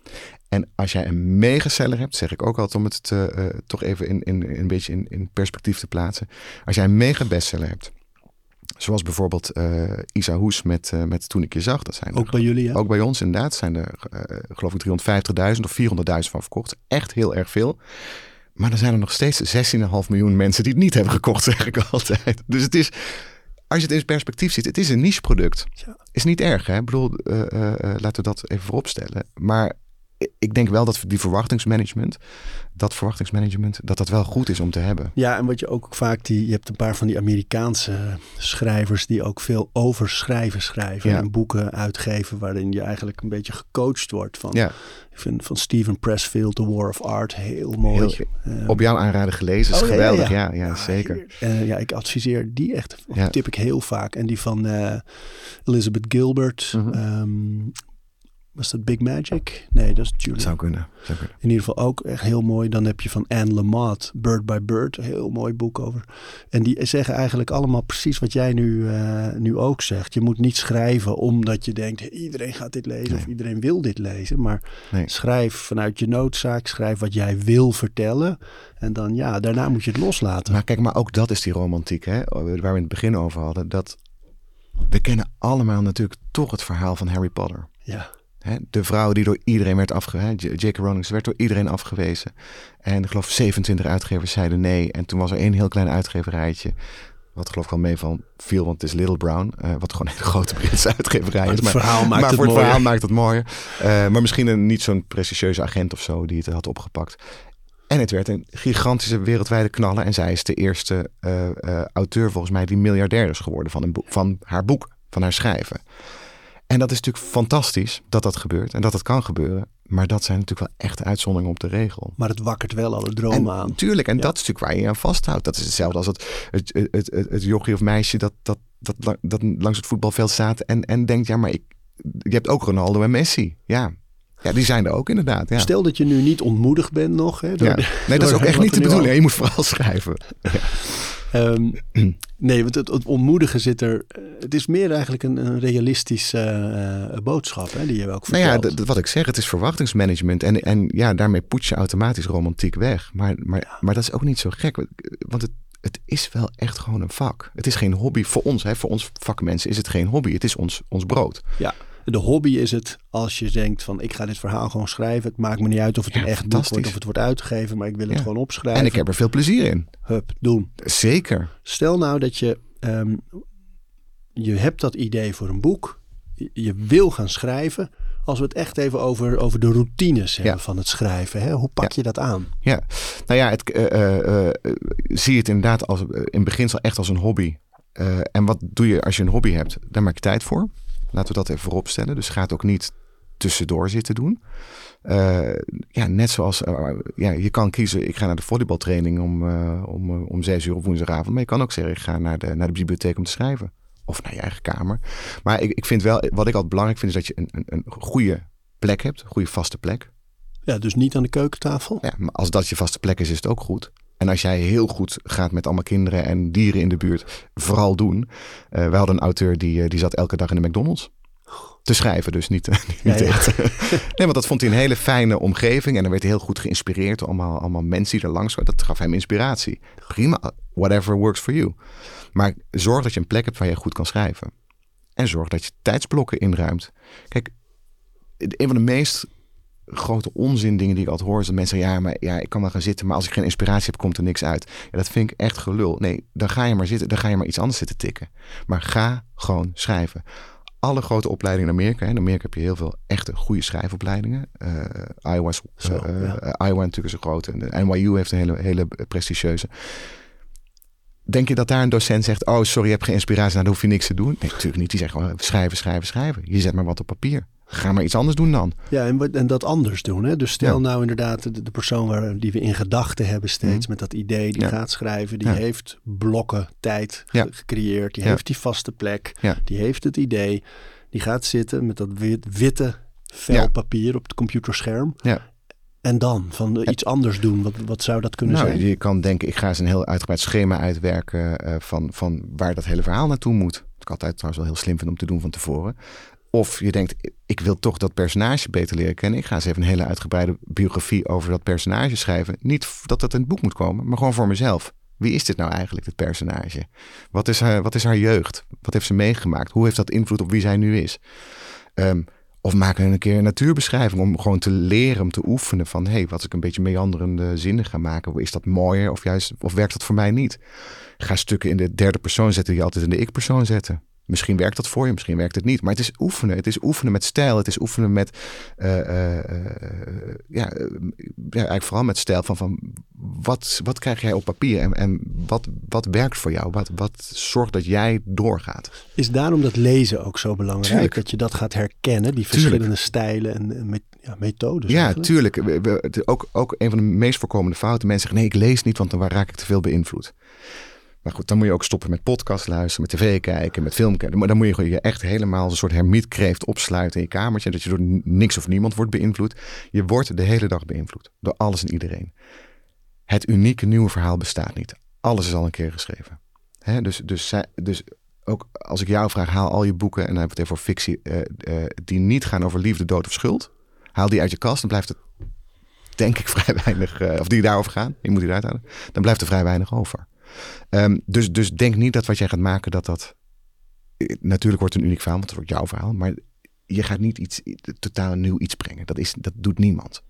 En als jij een megaseller hebt, zeg ik ook altijd om het te, uh, toch even in, in, in een beetje in, in perspectief te plaatsen. Als jij een mega bestseller hebt, zoals bijvoorbeeld uh, Isa Hoes met, uh, met Toen ik je zag. Dat zijn ook er, bij jullie, hè? Ook bij ons inderdaad. Zijn er uh, geloof ik driehonderdvijftigduizend of vierhonderdduizend van verkocht. Echt heel erg veel. Maar er zijn er nog steeds zestien komma vijf miljoen mensen die het niet hebben gekocht, zeg ik altijd. Dus het is, als je het in perspectief ziet, het is een niche product. Ja. Is niet erg, hè? Ik bedoel, uh, uh, uh, laten we dat even vooropstellen. Maar ik denk wel dat die verwachtingsmanagement, dat verwachtingsmanagement, dat dat wel goed is om te hebben. Ja, en wat je ook vaak, die, je hebt een paar van die Amerikaanse schrijvers die ook veel over schrijven schrijven. Ja. En boeken uitgeven waarin je eigenlijk een beetje gecoacht wordt. Van, Ja. Ik vind van Steven Pressfield, The War of Art, heel mooi. Heel, um, op jouw aanraden gelezen, is oh, geweldig. Ja, ja. Ja, ja, zeker. Uh, ja, ik adviseer die echt, of Ja. tip ik heel vaak. En die van uh, Elizabeth Gilbert. Mm-hmm. Um, was dat Big Magic? Nee, dat is Julia. Zou kunnen, zou kunnen. In ieder geval ook echt heel mooi. Dan heb je van Anne Lamott, Bird by Bird. Een heel mooi boek over. En die zeggen eigenlijk allemaal precies wat jij nu, uh, nu ook zegt. Je moet niet schrijven omdat je denkt, iedereen gaat dit lezen. Nee. Of iedereen wil dit lezen. Maar Nee. schrijf vanuit je noodzaak. Schrijf wat jij wil vertellen. En dan ja, daarna moet je het loslaten. Maar kijk, maar ook dat is die romantiek, hè, waar we in het begin over hadden. Dat we kennen allemaal natuurlijk toch het verhaal van Harry Potter. Ja. Hè, de vrouw die door iedereen werd afgewezen. J K. Rowling werd door iedereen afgewezen. En ik geloof zevenentwintig uitgevers zeiden nee. En toen was er één heel klein uitgeverijtje Wat geloof ik al mee van viel, want het is Little Brown. Uh, wat gewoon een hele grote Britse uitgeverij maar is. Het maar verhaal maakt maar het voor het mooier. verhaal maakt het mooier. Uh, maar misschien een, niet zo'n prestigieuze agent of zo die het had opgepakt. En het werd een gigantische wereldwijde knaller. En zij is de eerste uh, uh, auteur volgens mij die miljardair is geworden van, een boek, van haar boek, van haar schrijven. En dat is natuurlijk fantastisch dat dat gebeurt en dat het kan gebeuren. Maar dat zijn natuurlijk wel echt uitzonderingen op de regel. Maar het wakkert wel alle dromen en, aan. Tuurlijk, en ja. dat is natuurlijk waar je je aan vasthoudt. Dat is hetzelfde als het, het, het, het, het, het jochie of meisje dat, dat, dat, dat langs het voetbalveld staat en, en denkt, ja, maar ik, je hebt ook Ronaldo en Messi. Ja, ja die zijn er ook inderdaad. Ja. Stel dat je nu niet ontmoedigd bent nog. Hè, door ja. de, nee, dat is ook echt niet de bedoeling. Je moet vooral schrijven. Ja. Um, nee, want het, het ontmoedigen zit er... Het is meer eigenlijk een, een realistische uh, boodschap, hè, die je ook vertelt. Nou ja, d- d- wat ik zeg, het is verwachtingsmanagement. En, en ja, daarmee poets je automatisch romantiek weg. Maar, maar, ja. maar dat is ook niet zo gek. Want het, het is wel echt gewoon een vak. Het is geen hobby voor ons. Hè. Voor ons vakmensen is het geen hobby. Het is ons, ons brood. Ja. De hobby is het als je denkt van ik ga dit verhaal gewoon schrijven. Het maakt me niet uit of het ja, een echt boek wordt of het wordt uitgegeven. Maar ik wil het ja. gewoon opschrijven. En ik heb er veel plezier in. Hup, doen. Zeker. Stel nou dat je, um, je hebt dat idee voor een boek. Je, je wil gaan schrijven. Als we het echt even over, over de routines hebben ja. van het schrijven. Hè? Hoe pak ja. je dat aan? Ja, nou ja, het, uh, uh, uh, zie je het inderdaad als, uh, in beginsel echt als een hobby. Uh, en wat doe je als je een hobby hebt? Daar maak je tijd voor. Laten we dat even voorop stellen. Dus ga het ook niet tussendoor zitten doen. Uh, ja, net zoals uh, ja, je kan kiezen. Ik ga naar de volleybaltraining om, uh, om, uh, om zes uur op woensdagavond. Maar je kan ook zeggen, ik ga naar de, naar de bibliotheek om te schrijven. Of naar je eigen kamer. Maar ik, ik vind wel, wat ik altijd belangrijk vind, is dat je een, een, een goede plek hebt. Een goede vaste plek. Ja, dus niet aan de keukentafel. Ja, maar als dat je vaste plek is, is het ook goed. En als jij heel goed gaat met allemaal kinderen en dieren in de buurt, vooral doen. Uh, we hadden een auteur die, die zat elke dag in de McDonald's. Te schrijven, dus niet, niet ja, ja. echt. Nee, want dat vond hij een hele fijne omgeving. En dan werd hij heel goed geïnspireerd door allemaal, allemaal mensen die er langs waren. Dat gaf hem inspiratie. Prima, whatever works for you. Maar zorg dat je een plek hebt waar je goed kan schrijven. En zorg dat je tijdsblokken inruimt. Kijk, een van de meest grote onzin dingen die ik altijd hoor is dat mensen zeggen, ja, maar ja, ik kan wel gaan zitten, maar als ik geen inspiratie heb, komt er niks uit. Ja, dat vind ik echt gelul. Nee, dan ga je maar zitten, dan ga je maar iets anders zitten tikken. Maar ga gewoon schrijven. Alle grote opleidingen in Amerika. In Amerika heb je heel veel echte goede schrijfopleidingen. Uh, Iowa's, uh, Zo, ja. uh, Iowa natuurlijk is een grote. En de N Y U heeft een hele, hele prestigieuze. Denk je dat daar een docent zegt, oh sorry, je hebt geen inspiratie, nou dan hoef je niks te doen? Nee, natuurlijk niet. Die zegt gewoon schrijven, schrijven, schrijven. Je zet maar wat op papier. Ga maar iets anders doen dan. Ja, en, en dat anders doen. Hè? Dus stel ja. nou inderdaad de, de persoon waar, die we in gedachten hebben steeds mm. met dat idee. Die ja. gaat schrijven. Die ja. heeft blokken tijd ja. gecreëerd. Die ja. heeft die vaste plek. Ja. Die heeft het idee. Die gaat zitten met dat wit, witte vel ja. papier op het computerscherm. Ja. En dan van ja. iets anders doen. Wat, wat zou dat kunnen nou, zijn? Je kan denken, ik ga eens een heel uitgebreid schema uitwerken uh, van, van waar dat hele verhaal naartoe moet. Wat ik altijd trouwens wel heel slim vind om te doen van tevoren. Of je denkt, ik wil toch dat personage beter leren kennen. Ik ga eens even een hele uitgebreide biografie over dat personage schrijven. Niet dat dat in het boek moet komen, maar gewoon voor mezelf. Wie is dit nou eigenlijk, dit personage? Wat is haar, wat is haar jeugd? Wat heeft ze meegemaakt? Hoe heeft dat invloed op wie zij nu is? Um, of maak een keer een natuurbeschrijving om gewoon te leren, om te oefenen van, hé, hey, wat als ik een beetje meanderende zinnen ga maken? Is dat mooier of juist, of werkt dat voor mij niet? Ga stukken in de derde persoon zetten die je altijd in de ik-persoon zetten. Misschien werkt dat voor je, misschien werkt het niet. Maar het is oefenen. Het is oefenen met stijl. Het is oefenen met, uh, uh, uh, ja, uh, ja, eigenlijk vooral met stijl van, van wat, wat krijg jij op papier en, en wat, wat werkt voor jou? Wat, wat zorgt dat jij doorgaat? Is daarom dat lezen ook zo belangrijk? Tuurlijk. Dat je dat gaat herkennen, die verschillende tuurlijk. stijlen en met, ja, methodes. Ja, eigenlijk. tuurlijk. We, we, ook, ook een van de meest voorkomende fouten. Mensen zeggen, nee, ik lees niet, want dan raak ik te veel beïnvloed. Maar goed, dan moet je ook stoppen met podcast luisteren, met tv kijken, met film kijken. Dan moet je gewoon je echt helemaal als een soort hermietkreeft opsluiten in je kamertje. Dat je door niks of niemand wordt beïnvloed. Je wordt de hele dag beïnvloed door alles en iedereen. Het unieke nieuwe verhaal bestaat niet. Alles is al een keer geschreven. Hè? Dus, dus, dus ook als ik jou vraag, haal al je boeken, en dan hebben we het even over fictie, uh, uh, die niet gaan over liefde, dood of schuld. Haal die uit je kast, dan blijft het denk ik vrij weinig, uh, of die daarover gaan, je moet die eruit halen. Dan blijft er vrij weinig over. Um, dus, dus denk niet dat wat jij gaat maken, dat dat... Natuurlijk wordt het een uniek verhaal, want het wordt jouw verhaal. Maar je gaat niet iets totaal nieuw iets brengen. Dat, is, dat doet niemand.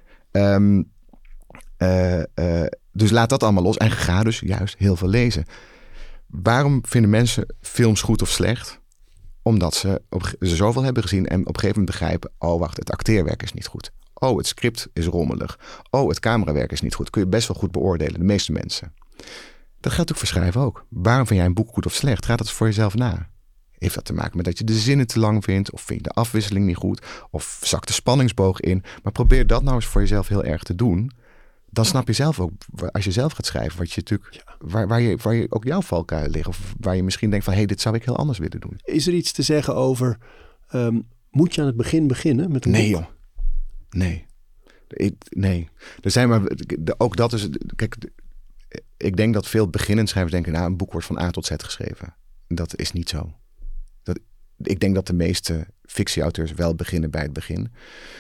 Um, uh, uh, dus laat dat allemaal los. En ga dus juist heel veel lezen. waarom vinden mensen films goed of slecht? Omdat ze, op, ze zoveel hebben gezien en op een gegeven moment begrijpen... oh, wacht, het acteerwerk is niet goed. Oh, het script is rommelig. Oh, het camerawerk is niet goed. Kun je best wel goed beoordelen, de meeste mensen. Dat geldt ook voor schrijven ook. Waarom vind jij een boek goed of slecht? Ga dat voor jezelf na. Heeft dat te maken met dat je de zinnen te lang vindt? Of vind je de afwisseling niet goed? Of zakt de spanningsboog in? Maar probeer dat nou eens voor jezelf heel erg te doen. Dan snap je zelf ook, als je zelf gaat schrijven... Wat je natuurlijk, ja. waar, waar, je, waar je ook jouw valkuilen liggen. Of waar je misschien denkt van... hé, hey, dit zou ik heel anders willen doen. Is er iets te zeggen over... Um, moet je aan het begin beginnen met een nee, boek? joh. Nee. Ik, nee. Er zijn maar... Ook dat is... Kijk, ik denk dat veel beginnend schrijvers denken... nou, een boek wordt van A tot Z geschreven. Dat is niet zo. Dat, ik denk dat de meeste fictieauteurs wel beginnen bij het begin.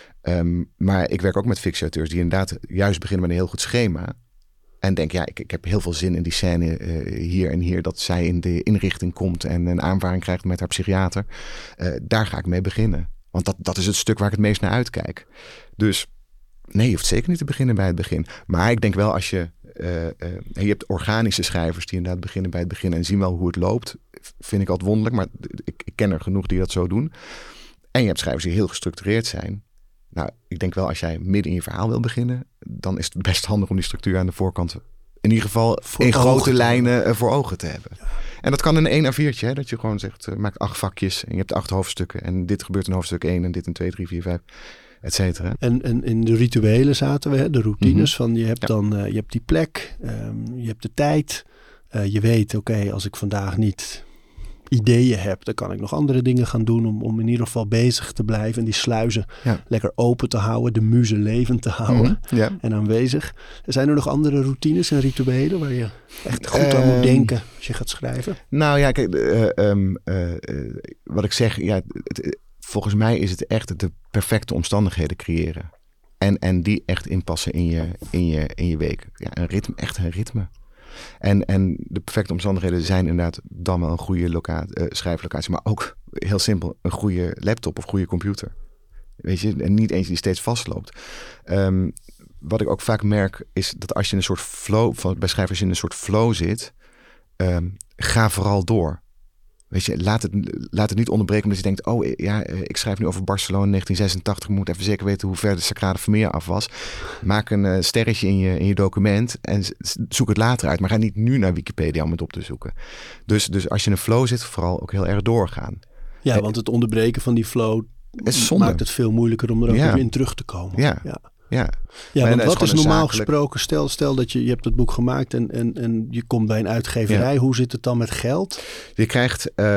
Um, maar ik werk ook met fictieauteurs die inderdaad juist beginnen met een heel goed schema. En denk, ja, ik, ik heb heel veel zin in die scène uh, hier en hier. Dat zij in de inrichting komt en een aanvaring krijgt met haar psychiater. Uh, daar ga ik mee beginnen. Want dat, dat is het stuk waar ik het meest naar uitkijk. Dus nee, je hoeft zeker niet te beginnen bij het begin. Maar ik denk wel als je... Uh, uh, je hebt organische schrijvers die inderdaad beginnen bij het begin en zien wel hoe het loopt. Vind ik altijd wonderlijk, maar ik, ik ken er genoeg die dat zo doen. En je hebt schrijvers die heel gestructureerd zijn. Nou, ik denk wel als jij midden in je verhaal wil beginnen, dan is het best handig om die structuur aan de voorkant in ieder geval voor in grote lijnen uh, voor ogen te hebben. Ja. En dat kan in één A viertje, hè, dat je gewoon zegt, uh, maak acht vakjes en je hebt acht hoofdstukken en dit gebeurt in hoofdstuk één en dit in twee, drie, vier, vijf. Et cetera. En, en in de rituelen zaten we, hè? De routines mm-hmm. van je hebt ja. dan uh, je hebt die plek, um, je hebt de tijd. Uh, je weet, oké, okay, als ik vandaag niet ideeën heb, dan kan ik nog andere dingen gaan doen om, om in ieder geval bezig te blijven en die sluizen ja. lekker open te houden, de muze levend te houden mm-hmm. ja. en aanwezig. Zijn er nog andere routines en rituelen waar je echt goed um, aan moet denken als je gaat schrijven? Nou ja, kijk, uh, um, uh, uh, wat ik zeg, ja, het, volgens mij is het echt de perfecte omstandigheden creëren. En, en die echt inpassen in je, in je, in je week. Ja, een ritme, echt een ritme. En, en de perfecte omstandigheden zijn inderdaad dan wel een goede loca- uh, schrijflocatie. Maar ook heel simpel een goede laptop of goede computer. Weet je, en niet eentje die steeds vastloopt. Um, wat ik ook vaak merk is dat als je in een soort flow, van, bij schrijvers in een soort flow zit, um, ga vooral door. Weet je, laat het, laat het niet onderbreken omdat je denkt, oh ja, ik schrijf nu over Barcelona in negentien zesentachtig. Ik moet even zeker weten hoe ver de Sagrada Familia af was. Maak een uh, sterretje in je, in je document en zoek het later uit. Maar ga niet nu naar Wikipedia om het op te zoeken. Dus, dus als je in een flow zit, vooral ook heel erg doorgaan. Ja, en, want het onderbreken van die flow maakt het veel moeilijker om er ook ja. weer in terug te komen. Ja, ja. Ja, ja want wat is, is normaal zakelijk... gesproken, stel, stel dat je, je hebt het boek gemaakt en, en, en je komt bij een uitgeverij. Ja. Hoe zit het dan met geld? Je krijgt uh,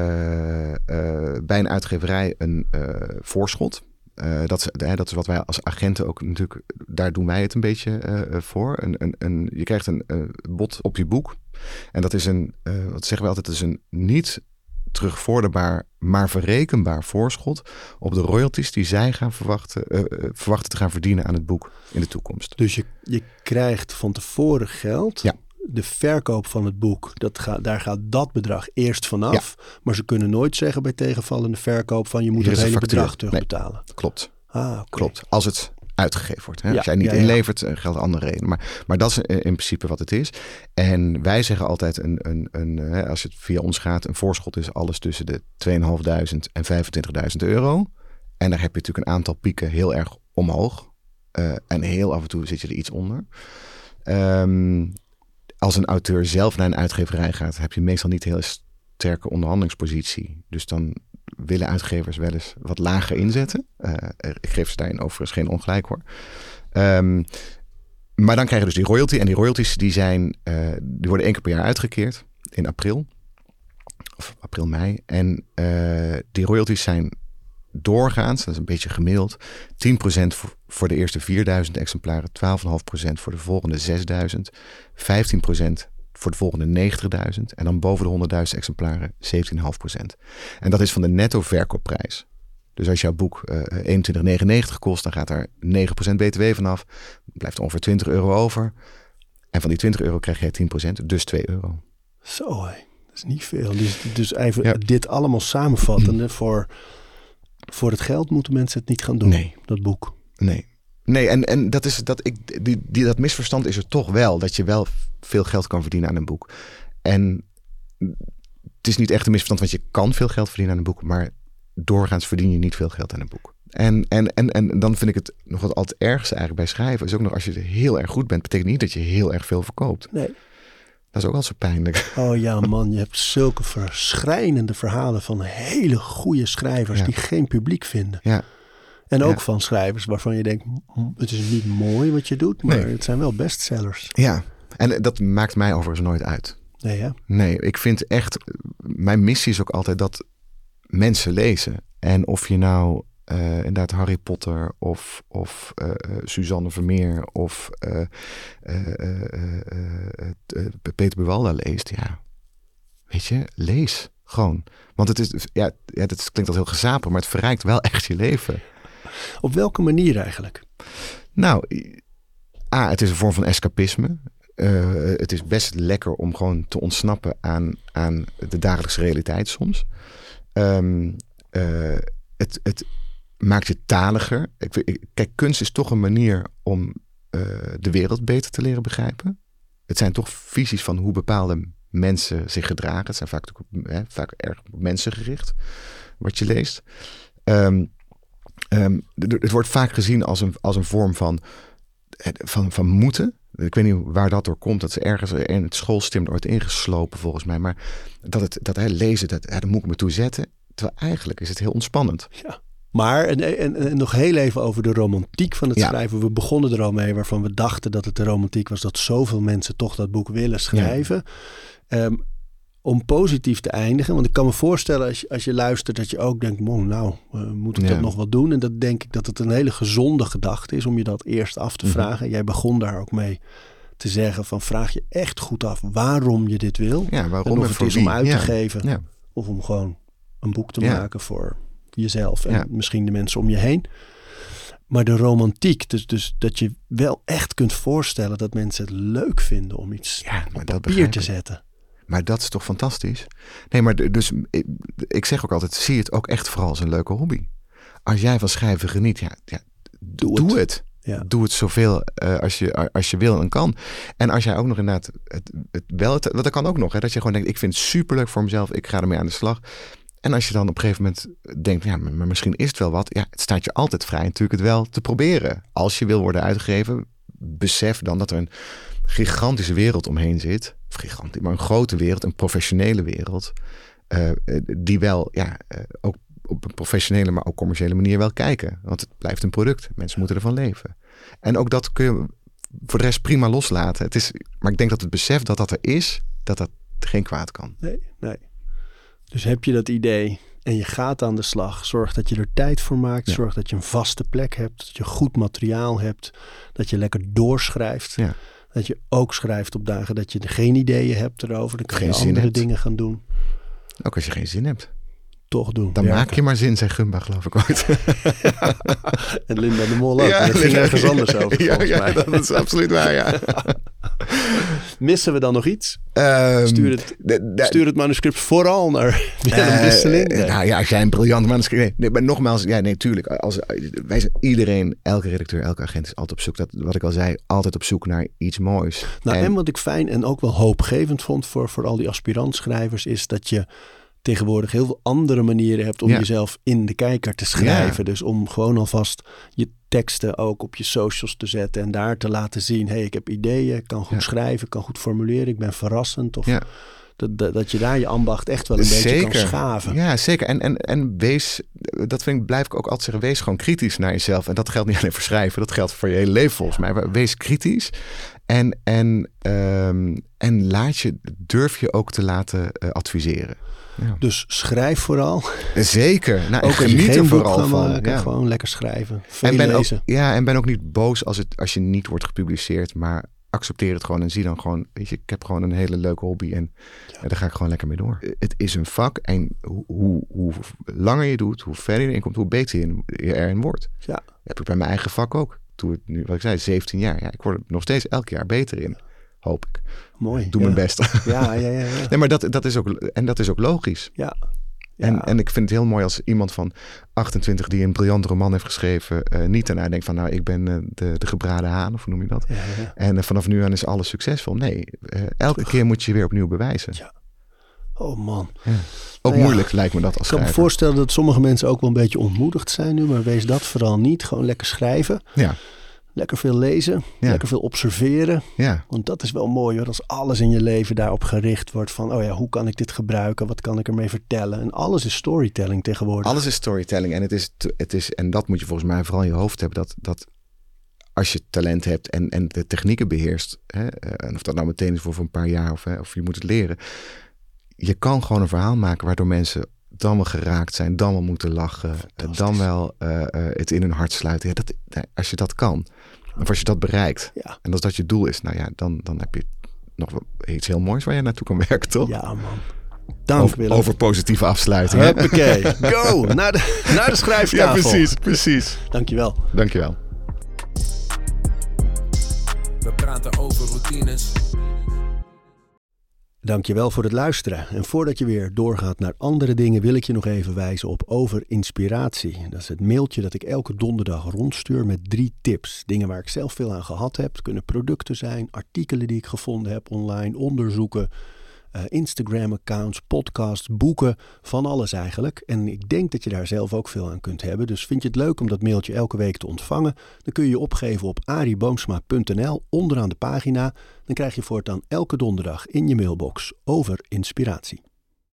uh, bij een uitgeverij een uh, voorschot. Uh, dat, is, uh, dat is wat wij als agenten ook natuurlijk, daar doen wij het een beetje uh, voor. Een, een, een, je krijgt een uh, bod op je boek. En dat is een, uh, wat zeggen we altijd, dat is een niet terugvorderbaar, maar verrekenbaar voorschot op de royalties die zij gaan verwachten, uh, verwachten te gaan verdienen aan het boek in de toekomst. Dus je, je krijgt van tevoren geld. Ja. De verkoop van het boek, dat gaat, daar gaat dat bedrag eerst vanaf. Ja. Maar ze kunnen nooit zeggen bij tegenvallende verkoop van je moet het hele bedrag terugbetalen. Nee, klopt. Ah, okay. Klopt. Als het uitgegeven wordt. Hè? Ja, Als jij niet ja, ja. inlevert, geldt andere reden. Maar, maar dat is in principe wat het is. En wij zeggen altijd, een, een, een, als het via ons gaat, een voorschot is alles tussen de tweeduizend vijfhonderd en vijfentwintigduizend euro. En daar heb je natuurlijk een aantal pieken heel erg omhoog. Uh, en heel af en toe zit je er iets onder. Um, als een auteur zelf naar een uitgeverij gaat, heb je meestal niet een heel sterke onderhandelingspositie. Dus dan willen uitgevers wel eens wat lager inzetten. Uh, ik geef ze daarin overigens geen ongelijk hoor. Um, maar dan krijg je dus die royalty. En die royalties die zijn, uh, die worden één keer per jaar uitgekeerd. In april. Of april, mei. En uh, die royalties zijn doorgaans, dat is een beetje gemiddeld, tien procent voor, voor de eerste vierduizend exemplaren, twaalf komma vijf procent voor de volgende zesduizend, vijftien procent voor de volgende negentigduizend en dan boven de honderdduizend exemplaren zeventien komma vijf procent. En dat is van de netto verkoopprijs. Dus als jouw boek uh, eenentwintig negenennegentig kost, dan gaat daar negen procent B T W vanaf. Blijft ongeveer twintig euro over. En van die twintig euro krijg je tien procent, dus twee euro. Zo, hé. Dat is niet veel. Dus, dus even ja. dit allemaal samenvattende mm. voor... Voor het geld moeten mensen het niet gaan doen, nee. dat boek. Nee, nee en, en dat, is, dat, ik, die, die, dat misverstand is er toch wel. Dat je wel veel geld kan verdienen aan een boek. En het is niet echt een misverstand, want je kan veel geld verdienen aan een boek, maar doorgaans verdien je niet veel geld aan een boek. En, en, en, en dan vind ik het nog wat al het ergste eigenlijk bij schrijven. Is ook nog als je heel erg goed bent, betekent niet dat je heel erg veel verkoopt. Nee. Dat is ook al zo pijnlijk. Oh ja man, je hebt zulke verschrijnende verhalen van hele goede schrijvers Ja. die geen publiek vinden. Ja. En ook Ja. van schrijvers waarvan je denkt, "M, het is niet mooi wat je doet, maar Nee. het zijn wel bestsellers. Ja, en dat maakt mij overigens nooit uit. Nee hè? Nee, ik vind echt, mijn missie is ook altijd dat mensen lezen. En of je nou uh, inderdaad Harry Potter of, of uh, Suzanne Vermeer of uh, uh, uh, uh, uh, Peter Buwalda leest, ja, weet je, lees gewoon. Want het is, ja, ja, het klinkt als heel gezapig, maar het verrijkt wel echt je leven. Op welke manier eigenlijk? Nou, A, het is een vorm van escapisme. Uh, het is best lekker om gewoon te ontsnappen aan, aan de dagelijkse realiteit soms. Um, uh, het, het maakt je taliger. Ik, ik, kijk, kunst is toch een manier om uh, de wereld beter te leren begrijpen. Het zijn toch visies van hoe bepaalde mensen zich gedragen. Het zijn vaak, hè, vaak erg mensengericht wat je leest. Um, um, het wordt vaak gezien als een, als een vorm van, van, van moeten. Ik weet niet waar dat door komt. Dat ze ergens in het schoolstim ooit ingeslopen volgens mij. Maar dat het dat hè, lezen, dat, hè, dat moet ik me toe zetten. Terwijl eigenlijk is het heel ontspannend. Ja. Maar en, en, en nog heel even over de romantiek van het ja. schrijven. We begonnen er al mee waarvan we dachten dat het de romantiek was. Dat zoveel mensen toch dat boek willen schrijven. Ja. Um, om positief te eindigen. Want ik kan me voorstellen als je, als je luistert dat je ook denkt. Nou, uh, moet ik ja. dat nog wel doen? En dat denk ik dat het een hele gezonde gedachte is om je dat eerst af te vragen. Mm-hmm. Jij begon daar ook mee te zeggen van vraag je echt goed af waarom je dit wil. Ja, waarom en of het is wie? om uit ja. te geven. Ja. Of om gewoon een boek te ja. maken voor jezelf en ja. misschien de mensen om je heen. Maar de romantiek, dus, dus dat je wel echt kunt voorstellen dat mensen het leuk vinden om iets ja, op papier te zetten. Maar dat is toch fantastisch? Nee, maar dus ik, ik zeg ook altijd, zie het ook echt vooral als een leuke hobby. Als jij van schrijven geniet, ja, ja doe, doe het. het. Ja. Doe het zoveel uh, als, je, als je wil en kan. En als jij ook nog inderdaad het, het wel, het, dat kan ook nog, hè, dat je gewoon denkt, ik vind het superleuk voor mezelf, ik ga ermee aan de slag. En als je dan op een gegeven moment denkt, ja, maar misschien is het wel wat. Ja, het staat je altijd vrij natuurlijk het wel te proberen. Als je wil worden uitgegeven, besef dan dat er een gigantische wereld omheen zit. Of gigantisch, maar een grote wereld, een professionele wereld. Uh, die wel, ja, uh, ook op een professionele, maar ook commerciële manier wel kijken. Want het blijft een product. Mensen moeten ervan leven. En ook dat kun je voor de rest prima loslaten. Het is, maar ik denk dat het besef dat dat er is, dat dat geen kwaad kan. Nee, nee. Dus heb je dat idee en je gaat aan de slag. Zorg dat je er tijd voor maakt. Ja. Zorg dat je een vaste plek hebt. Dat je goed materiaal hebt. Dat je lekker doorschrijft. Ja. Dat je ook schrijft op dagen dat je er geen ideeën hebt erover. Dan kan geen je andere hebt. dingen gaan doen. Ook als je geen zin hebt. Toch doen. Dan werken. Maak je maar zin, zei Gumba, geloof ik ooit. Ja. En Linda de Mol ook. Ja, dat ging ergens anders over, ja, volgens ja, mij. Dat is absoluut waar, ja. Missen we dan nog iets? Um, stuur, het, de, de, stuur het manuscript vooral naar Willem Distelink. Uh, nee. Nou ja, als jij een briljant manuscript... Nee, nee, maar nogmaals, ja, nee, tuurlijk. Als, wij zijn iedereen, elke redacteur, elke agent is altijd op zoek. Dat, wat ik al zei, altijd op zoek naar iets moois. Nou, en, en wat ik fijn en ook wel hoopgevend vond voor, voor al die aspirantschrijvers, is dat je tegenwoordig heel veel andere manieren hebt om ja. jezelf in de kijker te schrijven. Ja. Dus om gewoon alvast je teksten ook op je socials te zetten en daar te laten zien, hey, ik heb ideeën, ik kan goed ja. schrijven, ik kan goed formuleren, ik ben verrassend. Of ja. dat, dat, dat je daar je ambacht echt wel een zeker. beetje kan schaven. Ja, zeker. En, en, en wees, dat vind ik, blijf ik ook altijd zeggen, wees gewoon kritisch naar jezelf. En dat geldt niet alleen voor schrijven, dat geldt voor je hele leven volgens mij. Maar wees kritisch. En, en, um, en laat je, durf je ook te laten uh, adviseren. Ja. Dus schrijf vooral. Zeker. Nou, ook geniet er vooral van. Maken, ja. Gewoon lekker schrijven. Veel en ben lezen. Ook, ja, en ben ook niet boos als, het, als je niet wordt gepubliceerd. Maar accepteer het gewoon en zie dan gewoon, weet je, ik heb gewoon een hele leuke hobby en ja. daar ga ik gewoon lekker mee door. Het is een vak en hoe, hoe, hoe langer je doet, hoe verder je erin komt, hoe beter je, je erin wordt. Ja. Dat heb ik bij mijn eigen vak ook. Toen het nu, wat ik zei, zeventien jaar. Ja, ik word er nog steeds elk jaar beter in. Hoop ik. Mooi. Doe ja. mijn best. Ja, ja, ja. ja. Nee, maar dat, dat is ook, en dat is ook logisch. Ja. Ja. En, en ik vind het heel mooi als iemand van achtentwintig die een briljante roman heeft geschreven, uh, niet daarna denkt van nou, ik ben uh, de, de gebraden haan, of hoe noem je dat? Ja, ja. En uh, vanaf nu aan is alles succesvol. Nee, uh, elke Terug. keer moet je je weer opnieuw bewijzen. Ja. Oh man. Ja. Ook nou ja, moeilijk lijkt me dat als Ik kan me schrijver. voorstellen dat sommige mensen ook wel een beetje ontmoedigd zijn nu. Maar wees dat vooral niet. Gewoon lekker schrijven. Ja. Lekker veel lezen. Ja. Lekker veel observeren. Ja. Want dat is wel mooi hoor. Als alles in je leven daarop gericht wordt van... oh ja, hoe kan ik dit gebruiken? Wat kan ik ermee vertellen? En alles is storytelling tegenwoordig. Alles is storytelling. En, het is, het is, en dat moet je volgens mij vooral in je hoofd hebben. Dat, dat als je talent hebt en, en de technieken beheerst. Hè, en of dat nou meteen is voor een paar jaar of, hè, of je moet het leren. Je kan gewoon een verhaal maken waardoor mensen dan wel geraakt zijn. Dan wel moeten lachen. Dan wel uh, uh, het in hun hart sluiten. Ja, dat, als je dat kan. Of als je dat bereikt. Ja. En als dat je doel is. Nou ja, dan, dan heb je nog wel iets heel moois waar je naartoe kan werken, toch? Ja man. Dank over, Willem. over positieve afsluiting. Hè? Huppakee. Go. Naar de, naar de schrijftafel. Ja, precies. precies. Dankjewel. Dankjewel. We praten over routines. Dankjewel voor het luisteren. En voordat je weer doorgaat naar andere dingen... wil ik je nog even wijzen op Over Inspiratie. Dat is het mailtje dat ik elke donderdag rondstuur met drie tips. Dingen waar ik zelf veel aan gehad heb. Het kunnen producten zijn, artikelen die ik gevonden heb online, onderzoeken... Uh, Instagram-accounts, podcasts, boeken, van alles eigenlijk. En ik denk dat je daar zelf ook veel aan kunt hebben. Dus vind je het leuk om dat mailtje elke week te ontvangen? Dan kun je je opgeven op arieboomsma punt n l, onderaan de pagina. Dan krijg je voortaan elke donderdag in je mailbox Over Inspiratie.